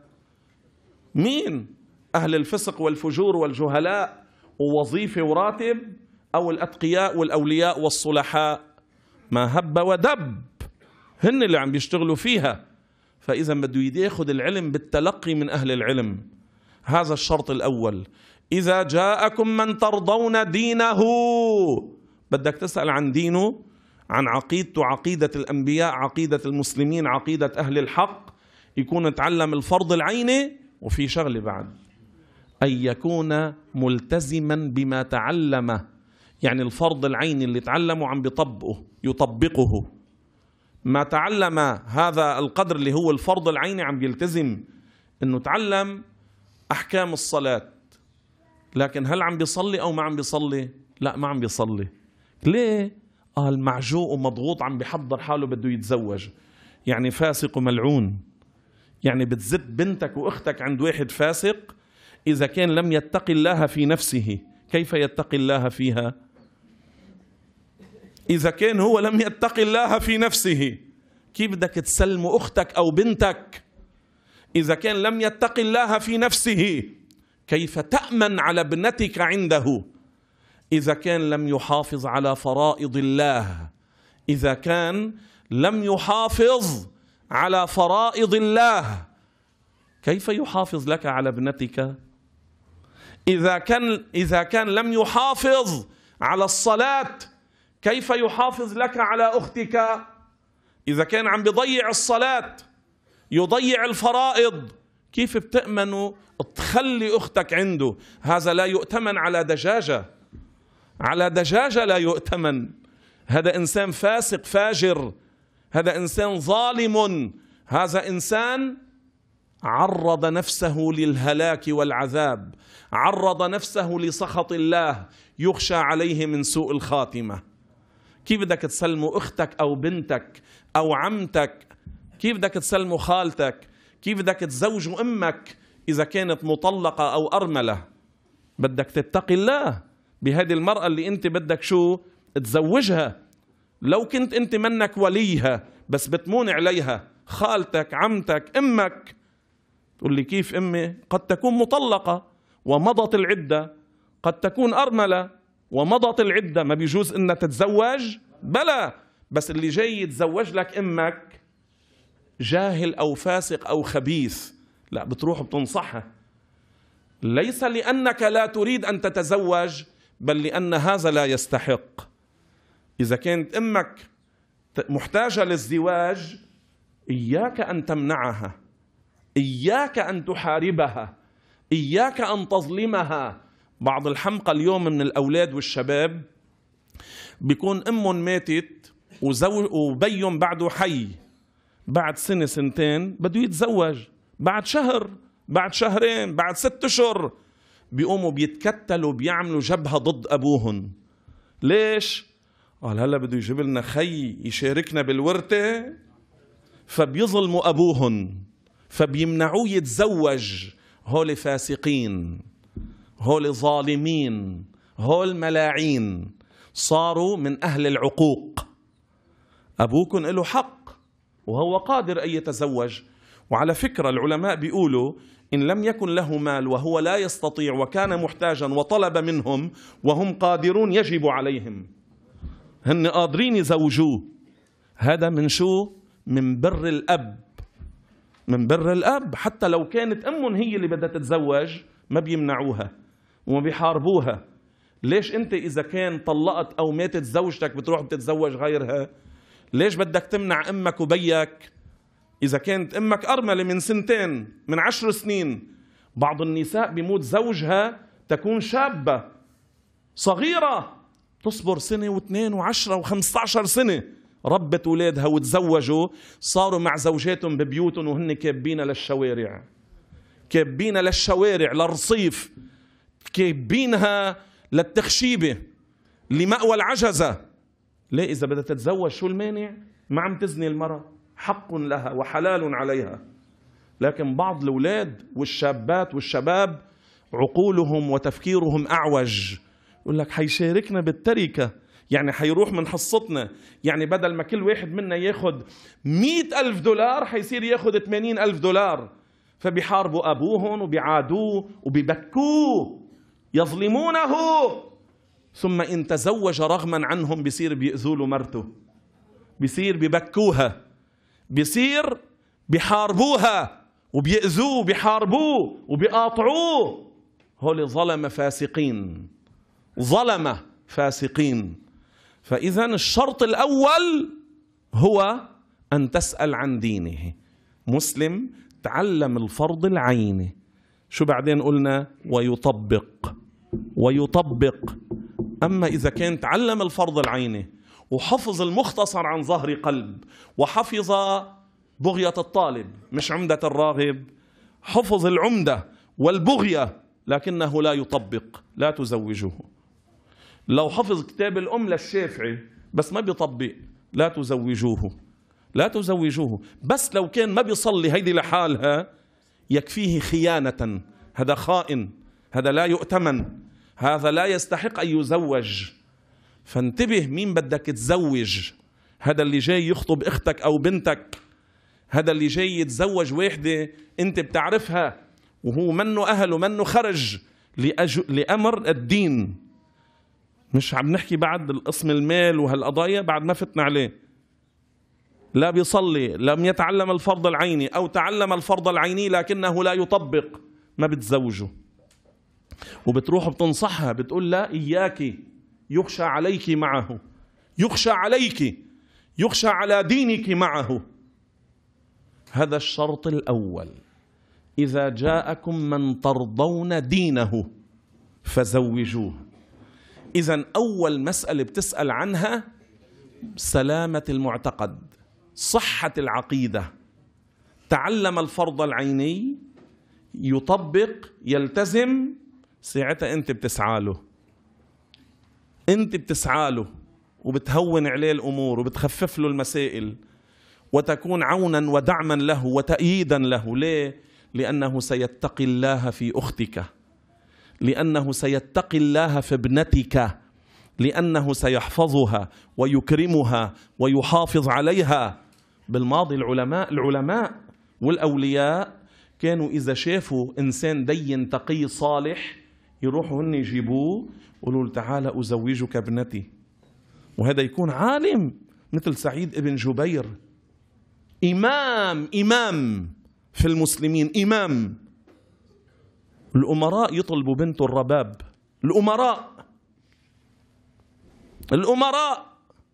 مين؟ أهل الفسق والفجور والجهلاء ووظيفة وراتب، أو الأتقياء والأولياء والصلحاء؟ ما هب ودب، هن اللي عم بيشتغلوا فيها. فإذا بده ياخذ العلم بالتلقي من أهل العلم. هذا الشرط الأول. إذا جاءكم من ترضون دينه، بدك تسأل عن دينه، عن عقيدته، عقيدة الأنبياء، عقيدة المسلمين، عقيدة أهل الحق، يكون تعلم الفرض العيني. وفي شغلة بعد، أن يكون ملتزما بما تعلمه، يعني الفرض العيني اللي تعلمه عم بيطبقه يطبقه. ما تعلم هذا القدر اللي هو الفرض العيني عم بيلتزم إنه تعلم أحكام الصلاة، لكن هل عم بيصلي أو ما عم بيصلي؟ لا، ما عم بيصلي. ليه؟ قال معجوق ومضغوط، عم بيحضر حاله بده يتزوج، يعني فاسق وملعون. يعني بتزد بنتك وأختك عند واحد فاسق. إذا كان لم يتقي الله في نفسه كيف يتقي الله فيها؟ إذا كان هو لم يتقي الله في نفسه كيف بدك تسلم أختك أو بنتك؟ إذا كان لم يتقي الله في نفسه كيف تأمن على ابنتك عنده؟ إذا كان لم يحافظ على فرائض الله، إذا كان لم يحافظ على فرائض الله، كيف يحافظ لك على ابنتك؟ إذا كان إذا كان لم يحافظ على الصلاة، كيف يحافظ لك على أختك؟ إذا كان عم بيضيع الصلاة، يضيع الفرائض، كيف بتأمنوا تخلي أختك عنده؟ هذا لا يؤتمن على دجاجة، على دجاجة لا يؤتمن. هذا إنسان فاسق فاجر، هذا إنسان ظالم، هذا إنسان عرض نفسه للهلاك والعذاب، عرض نفسه لسخط الله، يخشى عليه من سوء الخاتمة. كيف بدك تسلموا أختك أو بنتك أو عمتك؟ كيف بدك تسلموا خالتك؟ كيف بدك تزوجوا أمك إذا كانت مطلقة أو أرملة؟ بدك تتقي الله بهذه المرأة اللي أنت بدك شو تزوجها. لو كنت أنت منك وليها بس بتمون عليها، خالتك، عمتك، أمك، تقول لي كيف أمي؟ قد تكون مطلقة ومضت العدة، قد تكون أرملة ومضت العدة، ما بيجوز إنها تتزوج؟ بلى، بس اللي جاي يتزوج لك أمك جاهل أو فاسق أو خبيث، لا بتروح بتنصحها، ليس لأنك لا تريد أن تتزوج، بل لأن هذا لا يستحق. إذا كانت أمك محتاجة للزواج، إياك أن تمنعها، إياك أن تحاربها، إياك أن تظلمها. بعض الحمقى اليوم من الأولاد والشباب بيكون أم ماتت وزوج وبيهم بعده حي، بعد سنة سنتين بده يتزوج، بعد شهر، بعد شهرين، بعد ست أشهر بيقوموا بيتكتلوا بيعملوا جبهة ضد أبوهن. ليش؟ قال هلا بده يجيب لنا خي يشاركنا بالورثة، فبيظلموا أبوهن، فبيمنعوه يتزوج. هول فاسقين، هول ظالمين، هول ملاعين، صاروا من أهل العقوق. أبوكن له حق وهو قادر أن يتزوج. وعلى فكرة العلماء بيقولوا إن لم يكن له مال وهو لا يستطيع وكان محتاجا وطلب منهم وهم قادرون، يجب عليهم، هن قادرين يزوجوه. هذا من شو؟ من بر الأب، من بر الأب. حتى لو كانت أم هي اللي بدها تتزوج ما بيمنعوها وما بيحاربوها. ليش أنت إذا كان طلقت أو ماتت زوجتك بتروح بتتزوج غيرها؟ ليش بدك تمنع أمك وبيك؟ إذا كانت أمك أرملة من سنتين، من عشر سنين، بعض النساء بيموت زوجها تكون شابة صغيرة، تصبر سنة واثنين وعشرة وخمسة عشر سنة، ربت أولادها وتزوجوا، صاروا مع زوجاتهم ببيوتهم وهن كابين للشوارع، كابين للشوارع، للرصيف، كابينها للتخشيبة، لمأوى العجزة. ليه؟ إذا بدها تتزوج شو المانع؟ ما عم تزني المرأة، حق لها وحلال عليها. لكن بعض الأولاد والشابات والشباب عقولهم وتفكيرهم أعوج، يقول لك حيشاركنا بالتركة، يعني حيروح من حصتنا، يعني بدل ما كل واحد منا ياخد مئة ألف دولار حيصير ياخد ثمانين ألف دولار. فبيحاربوا أبوهم وبيعادوه وبيبكوه، يظلمونه. ثم إن تزوج رغما عنهم بيصير بيأذوا له مرته، بيصير بيبكوها، بيصير بيحاربوها وبيأذوه وبيحاربوه وبيقاطعوه. هول ظلم فاسقين، ظلمة فاسقين. فإذا الشرط الأول هو أن تسأل عن دينه. مسلم تعلم الفرض العيني. شو بعدين قلنا؟ ويطبق، ويطبق. أما إذا كان تعلم الفرض العيني وحفظ المختصر عن ظهر قلب، وحفظ بغية الطالب مش عمدة الراغب، حفظ العمدة والبغية لكنه لا يطبق، لا تزوجه. لو حفظ كتاب الأم للشافعي بس ما بيطبق، لا تزوجوه، لا تزوجوه. بس لو كان ما بيصلي هيدي لحالها يكفيه خيانة، هذا خائن، هذا لا يؤتمن، هذا لا يستحق أن يزوج. فانتبه مين بدك تزوج. هذا اللي جاي يخطب اختك أو بنتك، هذا اللي جاي يتزوج واحدة انت بتعرفها وهو منه أهل ومنه خرج لأمر الدين. مش عم نحكي بعد القسم المال وهالقضايا، بعد ما فتنا عليه. لا بيصلي، لم يتعلم الفرض العيني أو تعلم الفرض العيني لكنه لا يطبق، ما بتزوجه. وبتروح بتنصحها بتقول لا إياك، يخشى عليك معه، يخشى عليك، يخشى على دينك معه. هذا الشرط الأول. إذا جاءكم من ترضون دينه فزوجوه. إذن أول مسألة بتسأل عنها سلامة المعتقد، صحة العقيدة، تعلم الفرض العيني، يطبق، يلتزم، ساعتها أنت بتسعى له، أنت بتسعى له وبتهون عليه الأمور وبتخفف له المسائل وتكون عونا ودعما له وتأييدا له. ليه؟ لأنه سيتقي الله في أختك، لأنه سيتقي الله في ابنتك، لأنه سيحفظها ويكرمها ويحافظ عليها. بالماضي العلماء العلماء والأولياء كانوا إذا شافوا إنسان دين تقي صالح يروحوا هن يجيبوه يقولوا له تعال أزوجك ابنتي. وهذا يكون عالم مثل سعيد ابن جبير، إمام إمام في المسلمين، إمام. الأمراء يطلبوا بنته الرباب، الأمراء الأمراء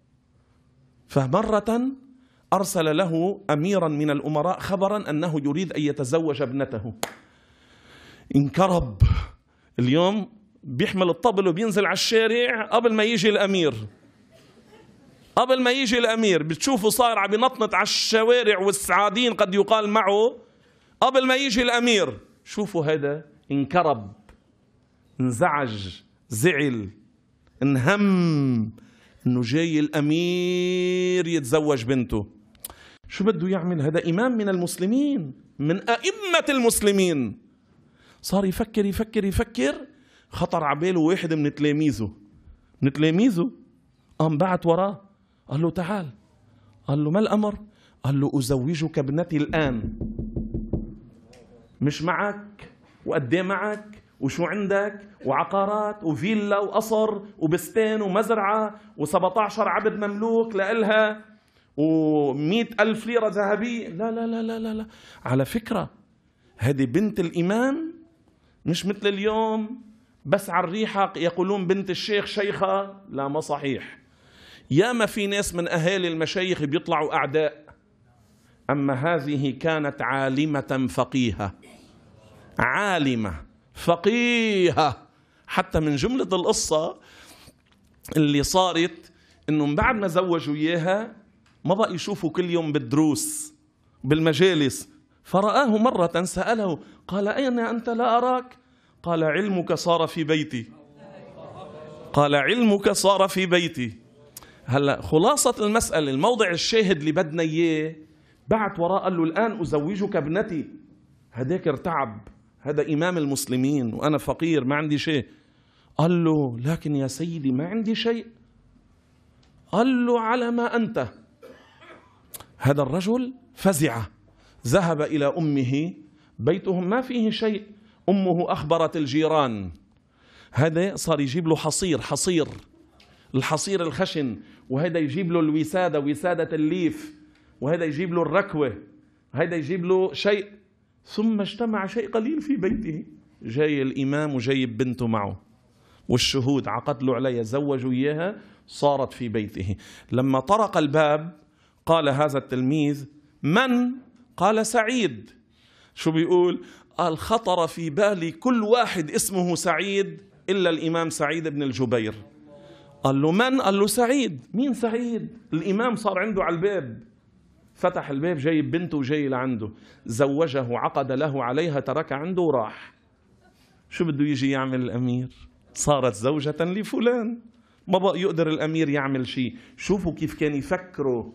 فمرة أرسل له أميرا من الأمراء خبرا أنه يريد أن يتزوج ابنته. انكرب. اليوم بيحمل الطبل وبينزل على الشارع قبل ما يجي الأمير، قبل ما يجي الأمير بتشوفه صار عم ينطنط على الشوارع والسعادين قد يقال معه قبل ما يجي الأمير. شوفوا هذا انكرب، انزعج، زعل، انهم انه جاي الأمير يتزوج بنته. شو بده يعمل؟ هذا إمام من المسلمين، من أئمة المسلمين. صار يفكر يفكر يفكر، خطر عباله واحد من تلاميذه من تلاميذه قام بعت وراه قال له تعال. قال له ما الأمر؟ قال له أزوجك ابنتي الآن. مش معك وقد ايه معك وشو عندك وعقارات وفيلا وقصر وبستان ومزرعة وسبعة عشر عبد مملوك لإلها ومئة ألف ليرة ذهبية؟ لا لا لا لا لا لا. على فكرة هذه بنت الإمام، مش مثل اليوم بس على الريحة يقولون بنت الشيخ شيخة. لا، ما صحيح. ياما في ناس من أهالي المشايخ بيطلعوا أعداء، أما هذه كانت عالمة فقيهة، عالمة فقيهة. حتى من جملة القصة اللي صارت إنه من بعد ما زوجوا إياها ما بقى يشوفوا كل يوم بالدروس بالمجالس، فرآه مرة سأله قال أين أنت لا أراك؟ قال علمك صار في بيتي، قال علمك صار في بيتي. هلا خلاصة المسألة، الموضع الشاهد اللي بدنا إياه، بعت وراه قال له الآن أزوجك ابنتي. هداك ارتعب، هذا إمام المسلمين وأنا فقير ما عندي شيء. قال له لكن يا سيدي ما عندي شيء. قال له على ما أنت. هذا الرجل فزع، ذهب إلى أمه، بيتهم ما فيه شيء. أمه أخبرت الجيران. هذا صار يجيب له حصير، حصير الحصير الخشن، وهذا يجيب له الوسادة، وسادة الليف، وهذا يجيب له الركوة، وهذا يجيب له شيء. ثم اجتمع شيء قليل في بيته، جاي الإمام وجايب بنته معه والشهود عقد له عليها، زوجوا إياها، صارت في بيته. لما طرق الباب قال هذا التلميذ من؟ قال سعيد. شو بيقول؟ قال خطر في بالي كل واحد اسمه سعيد إلا الإمام سعيد بن الجبير. قال له من؟ قال له سعيد. مين سعيد؟ الإمام صار عنده على الباب، فتح الباب جايب بنته وجاي لعنده، زوجه، عقد له عليها، ترك عنده وراح. شو بده يجي يعمل الأمير؟ صارت زوجة لفلان، ما بقى يقدر الأمير يعمل شيء. شوفوا كيف كان يفكروا.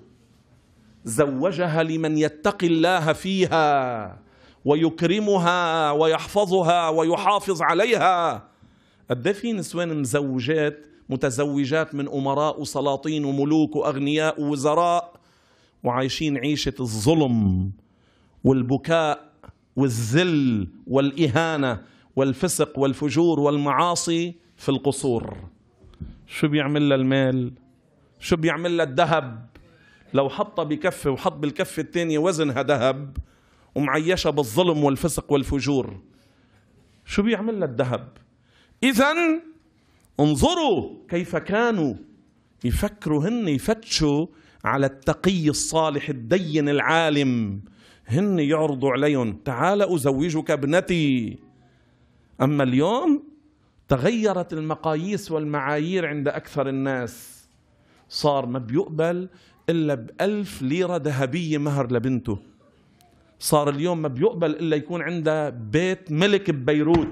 زوجها لمن يتقي الله فيها ويكرمها ويحفظها ويحافظ عليها. قد في نسوان مزوجات متزوجات من أمراء وسلاطين وملوك وأغنياء ووزراء وعايشين عيشة الظلم والبكاء والذل والإهانة والفسق والفجور والمعاصي في القصور. شو بيعمل لها المال؟ شو بيعمل لها الذهب؟ لو حطها بكفة وحط بالكفة الثانية وزنها ذهب ومعيشة بالظلم والفسق والفجور، شو بيعمل لها الذهب؟ إذن انظروا كيف كانوا يفكروا هن يفتشوا على التقي الصالح الدين العالم، هن يعرضوا عليهم تعال أزوجك ابنتي. أما اليوم تغيرت المقاييس والمعايير عند أكثر الناس، صار ما بيقبل إلا بألف ليرة ذهبية مهر لبنته، صار اليوم ما بيقبل إلا يكون عنده بيت ملك ببيروت.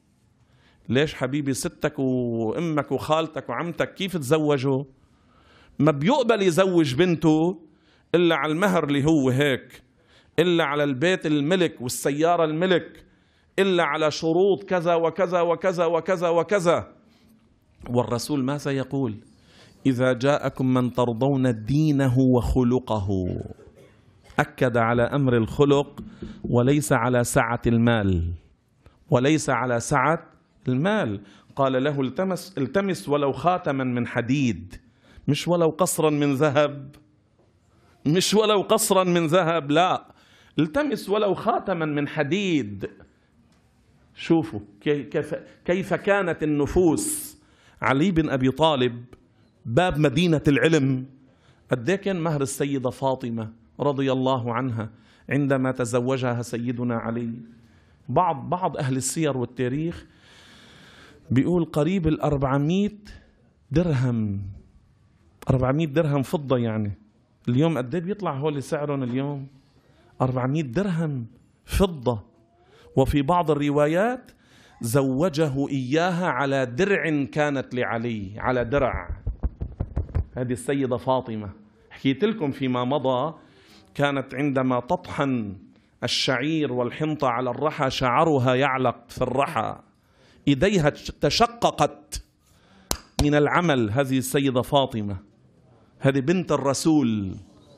ليش حبيبي ستك وأمك وخالتك وعمتك كيف تزوجوا؟ ما بيقبل يزوج بنته إلا على المهر اللي هو هيك، إلا على البيت الملك والسيارة الملك، إلا على شروط كذا وكذا وكذا وكذا وكذا. والرسول ماذا يقول؟ إذا جاءكم من ترضون دينه وخلقه. أكد على أمر الخلق وليس على سعة المال، وليس على سعة المال. قال له التمس, التمس ولو خاتما من حديد، مش ولو قصرا من ذهب، مش ولو قصرا من ذهب، لا، التمس ولو خاتما من حديد. شوفوا كيف, كيف كانت النفوس. علي بن أبي طالب باب مدينة العلم، قد كان مهر السيدة فاطمة رضي الله عنها عندما تزوجها سيدنا علي؟ بعض بعض أهل السير والتاريخ بيقول قريب الأربعمائة درهم، أربعمائة درهم فضة. يعني اليوم قد ايه بيطلع هول سعرهم اليوم؟ أربعمائة درهم فضة. وفي بعض الروايات زوجه إياها على درع كانت لعلي، على درع. هذه السيدة فاطمة حكيت لكم فيما مضى، كانت عندما تطحن الشعير والحنطة على الرحى شعرها يعلق في الرحى، إيديها تشققت من العمل. هذه السيدة فاطمة، هذه بنت الرسول،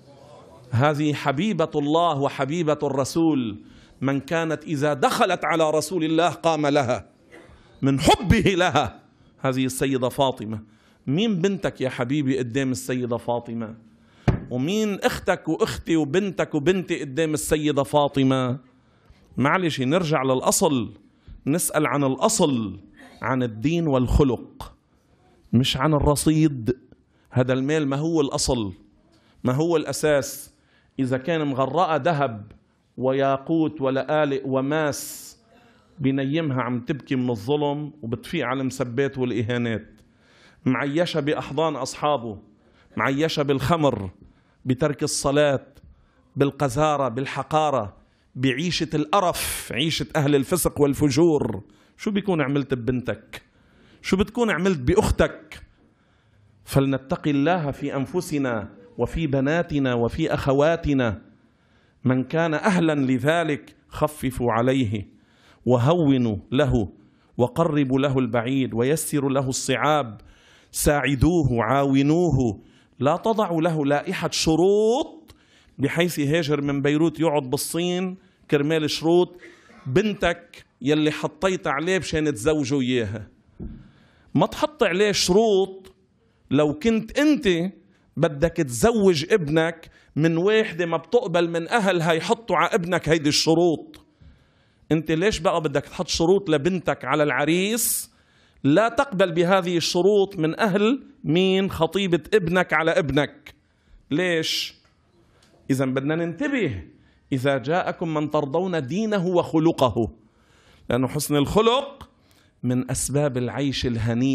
هذه حبيبة الله وحبيبة الرسول، من كانت إذا دخلت على رسول الله قام لها من حبه لها. هذه السيدة فاطمة. مين بنتك يا حبيبي قدام السيدة فاطمة؟ ومين اختك واختي وبنتك وبنتي قدام السيدة فاطمة؟ معلش نرجع للأصل، نسأل عن الأصل، عن الدين والخلق، مش عن الرصيد. هذا المال ما هو الأصل، ما هو الأساس. إذا كان مغرقة ذهب وياقوت ولآلئ وماس بنيمها عم تبكي من الظلم وبتفيق على المسبات والإهانات، معيشة بأحضان أصحابه، معيشة بالخمر، بترك الصلاة، بالقذارة، بالحقارة، بعيشة القرف، عيشة أهل الفسق والفجور، شو بيكون عملت ببنتك؟ شو بتكون عملت بأختك؟ فلنتقي الله في أنفسنا وفي بناتنا وفي أخواتنا. من كان أهلا لذلك خففوا عليه وهونوا له وقربوا له البعيد ويسروا له الصعاب، ساعدوه عاونوه. لا تضعوا له لائحة شروط بحيث يهاجر من بيروت يقعد بالصين كرمال شروط بنتك يلي حطيت عليه بشان تزوجوا إياها. ما تحط عليه شروط لو كنت أنت بدك تزوج ابنك من واحدة ما بتقبل من أهلها يحطوا على ابنك هيدي الشروط. أنت ليش بقى بدك تحط شروط لبنتك على العريس لا تقبل بهذه الشروط من أهل مين؟ خطيبة ابنك على ابنك. ليش؟ إذا بدنا ننتبه. إذا جاءكم من ترضون دينه وخلقه، لأن حسن الخلق من أسباب العيش الهنيء،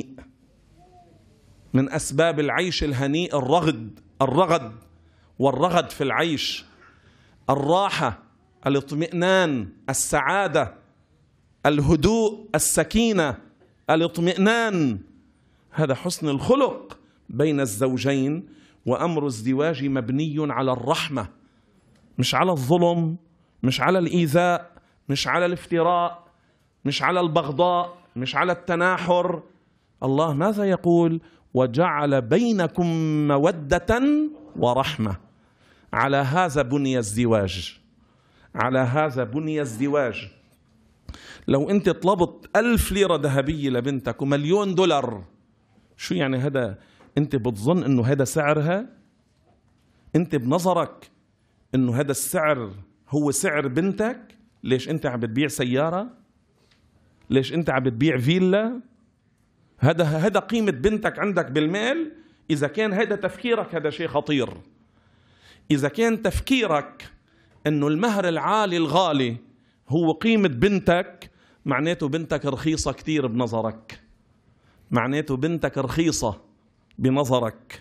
من أسباب العيش الهنيء الرغد الرغد والرغد في العيش، الراحة، الاطمئنان، السعادة، الهدوء، السكينة، الاطمئنان. هذا حسن الخلق بين الزوجين. وأمر الزواج مبني على الرحمة، مش على الظلم، مش على الإيذاء، مش على الافتراء، مش على البغضاء، مش على التناحر. الله ماذا يقول؟ وجعل بينكم مودة ورحمة. على هذا بني الزواج، على هذا بني الزواج. لو أنت طلبت ألف ليرة ذهبية لبنتك ومليون دولار شو يعني هذا؟ أنت بتظن أنه هذا سعرها؟ أنت بنظرك أنه هذا السعر هو سعر بنتك؟ ليش أنت عم بتبيع سيارة؟ ليش أنت عم بتبيع فيلا؟ هذا هذا قيمة بنتك عندك بالمال؟ إذا كان هذا تفكيرك هذا شيء خطير. إذا كان تفكيرك أنه المهر العالي الغالي هو قيمة بنتك، معناته بنتك رخيصة كتير بنظرك، معناته بنتك رخيصة بنظرك.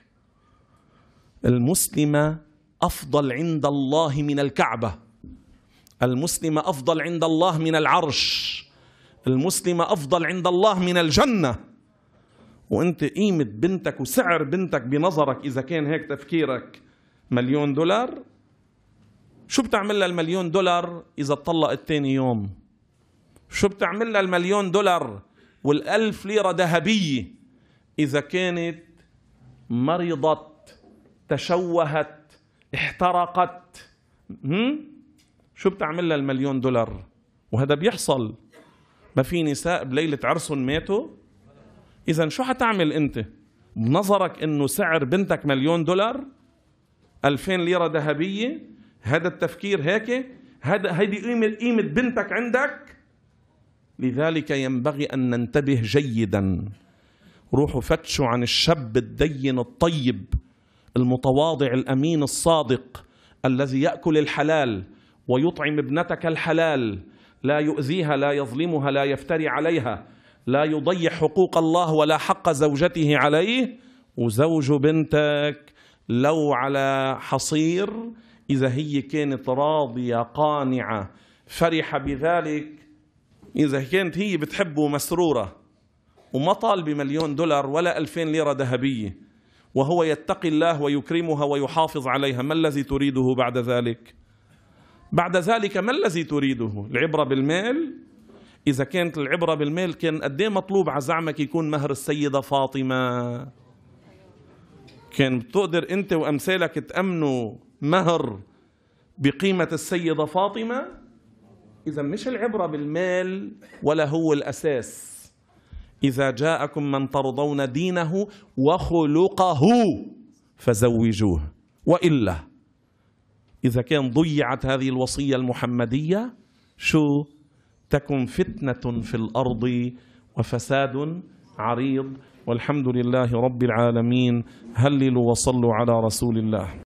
المسلمة أفضل عند الله من الكعبة، المسلمة أفضل عند الله من العرش، المسلمة أفضل عند الله من الجنة. وأنت قيمة بنتك وسعر بنتك بنظرك إذا كان هيك تفكيرك مليون دولار، شو بتعمل لها المليون دولار إذا اتطلقت تاني يوم؟ شو بتعمل لها المليون دولار والألف ليرة ذهبية إذا كانت مرضت، تشوهت، احترقت؟ هم؟ شو بتعمل لها المليون دولار؟ وهذا بيحصل. ما في نساء بليلة عرسهم ماتوا. إذا شو حتعمل أنت؟ بنظرك إنه سعر بنتك مليون دولار، ألفين ليرة ذهبية؟ هذا التفكير هيك؟ هذا هذه قيمة قيمة بنتك عندك؟ لذلك ينبغي أن ننتبه جيدا. روحوا فتشوا عن الشاب الدين الطيب المتواضع الأمين الصادق الذي يأكل الحلال ويطعم ابنتك الحلال، لا يؤذيها، لا يظلمها، لا يفتري عليها، لا يضيع حقوق الله ولا حق زوجته عليه. وزوج بنتك لو على حصير، إذا هي كانت راضية قانعة فرحة بذلك، إذا كانت هي بتحبه مسرورة وما طالبة مليون دولار ولا ألفين ليرة ذهبية، وهو يتقي الله ويكرمها ويحافظ عليها، ما الذي تريده بعد ذلك؟ بعد ذلك ما الذي تريده؟ العبرة بالمال؟ إذا كانت العبرة بالمال كان قد ايه مطلوب على زعمك يكون مهر السيدة فاطمة؟ كان بتقدر أنت وأمثالك تأمنوا مهر بقيمة السيدة فاطمة؟ إذا مش العبرة بالمال ولا هو الأساس. إذا جاءكم من ترضون دينه وخلقه فزوجوه، وإلا إذا كان ضيعت هذه الوصية المحمدية شو؟ تكن فتنة في الأرض وفساد عريض. والحمد لله رب العالمين. هللوا وصلوا على رسول الله.